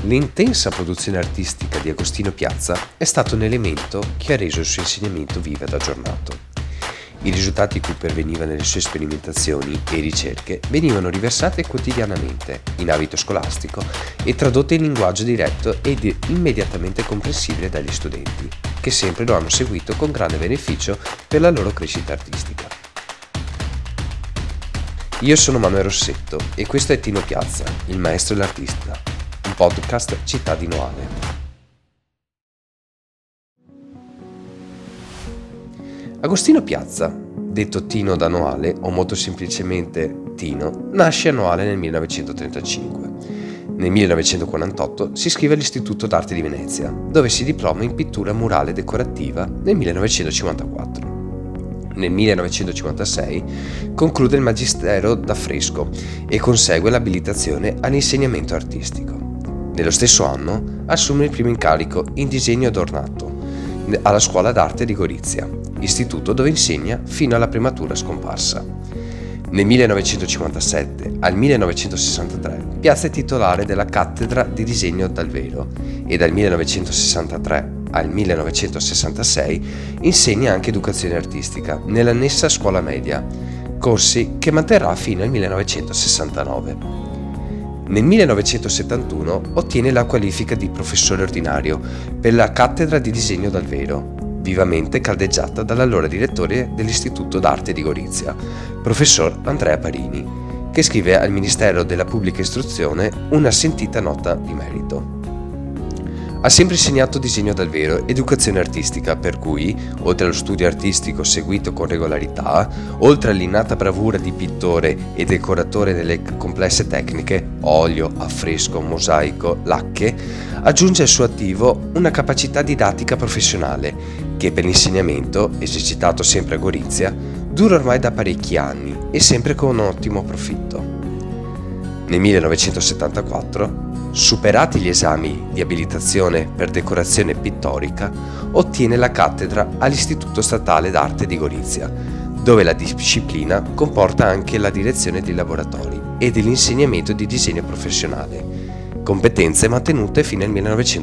L'intensa produzione artistica di Agostino Piazza è stato un elemento che ha reso il suo insegnamento vivo ed aggiornato. I risultati cui perveniva nelle sue sperimentazioni e ricerche venivano riversate quotidianamente in abito scolastico e tradotte in linguaggio diretto ed immediatamente comprensibile dagli studenti, che sempre lo hanno seguito con grande beneficio per la loro crescita artistica. Io sono Manuel Rossetto e questo è Tino Piazza, il maestro e l'artista, un podcast città di Noale. Agostino Piazza, detto Tino da Noale o molto semplicemente Tino, nasce a Noale nel 1935. Nel 1948 si iscrive all'Istituto d'Arte di Venezia, dove si diploma in pittura murale decorativa nel 1954. Nel 1956 conclude il magistero d'affresco e consegue l'abilitazione all'insegnamento artistico. Nello stesso anno assume il primo incarico in disegno ed ornato alla Scuola d'Arte di Gorizia, istituto dove insegna fino alla prematura scomparsa. Nel 1957 al 1963 Piazza è titolare della cattedra di disegno dal vero e dal 1963 al 1966 insegna anche educazione artistica nell'annessa scuola media, corsi che manterrà fino al 1969. Nel 1971 ottiene la qualifica di professore ordinario per la cattedra di disegno dal vero, vivamente caldeggiata dall'allora direttore dell'Istituto d'Arte di Gorizia, professor Andrea Parini, che scrive al Ministero della Pubblica Istruzione una sentita nota di merito. Ha sempre insegnato disegno dal vero ed educazione artistica, per cui, oltre allo studio artistico seguito con regolarità, oltre all'innata bravura di pittore e decoratore nelle complesse tecniche, olio, affresco, mosaico, lacche, aggiunge al suo attivo una capacità didattica professionale che per l'insegnamento, esercitato sempre a Gorizia, dura ormai da parecchi anni e sempre con un ottimo profitto. Nel 1974, superati gli esami di abilitazione per decorazione pittorica, ottiene la cattedra all'Istituto Statale d'Arte di Gorizia, dove la disciplina comporta anche la direzione dei laboratori e dell'insegnamento di disegno professionale, competenze mantenute fino al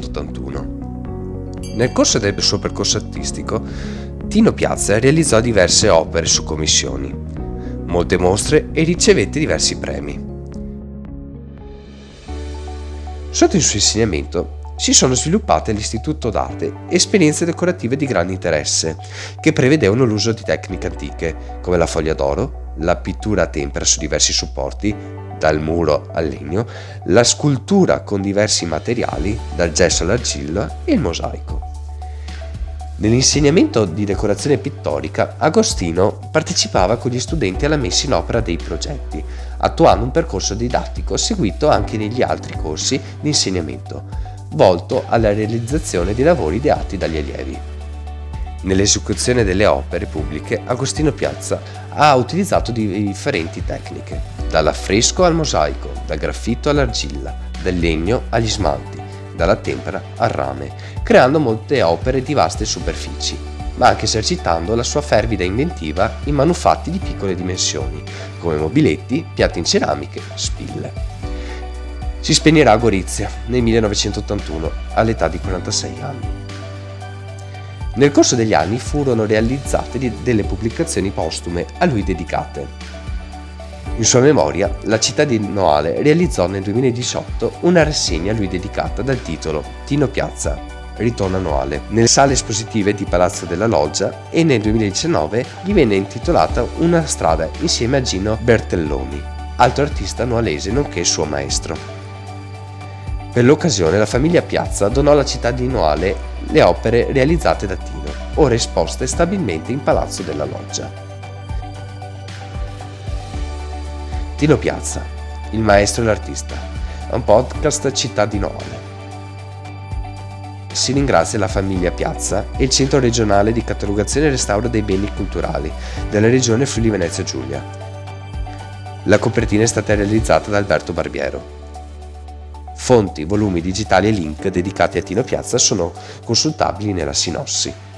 1981. Nel corso del suo percorso artistico, Tino Piazza realizzò diverse opere su commissioni, molte mostre e ricevette diversi premi. Sotto il suo insegnamento si sono sviluppate all'Istituto d'Arte esperienze decorative di grande interesse, che prevedevano l'uso di tecniche antiche, come la foglia d'oro, la pittura a tempera su diversi supporti, dal muro al legno, la scultura con diversi materiali, dal gesso all'argilla e il mosaico. Nell'insegnamento di decorazione pittorica, Agostino partecipava con gli studenti alla messa in opera dei progetti, attuando un percorso didattico seguito anche negli altri corsi di insegnamento, volto alla realizzazione dei lavori ideati dagli allievi. Nell'esecuzione delle opere pubbliche, Agostino Piazza ha utilizzato differenti tecniche, dall'affresco al mosaico, dal graffito all'argilla, dal legno agli smalti, dalla tempera al rame, creando molte opere di vaste superfici, ma anche esercitando la sua fervida inventiva in manufatti di piccole dimensioni, come mobiletti, piatti in ceramiche, spille. Si spegnerà a Gorizia nel 1981, all'età di 46 anni. Nel corso degli anni furono realizzate delle pubblicazioni postume a lui dedicate. In sua memoria, la città di Noale realizzò nel 2018 una rassegna a lui dedicata dal titolo Tino Piazza, ritorna a Noale, nelle sale espositive di Palazzo della Loggia, e nel 2019 gli venne intitolata una strada insieme a Gino Bertelloni, altro artista noalese nonché suo maestro. Per l'occasione la famiglia Piazza donò alla città di Noale le opere realizzate da Tino, ora esposte stabilmente in Palazzo della Loggia. Tino Piazza, il maestro e l'artista, è un podcast Città di Noale. Si ringrazia la famiglia Piazza e il Centro regionale di catalogazione e restauro dei beni culturali della regione Friuli Venezia Giulia. La copertina è stata realizzata da Alberto Barbiero. Fonti, volumi digitali e link dedicati a Tino Piazza sono consultabili nella sinossi.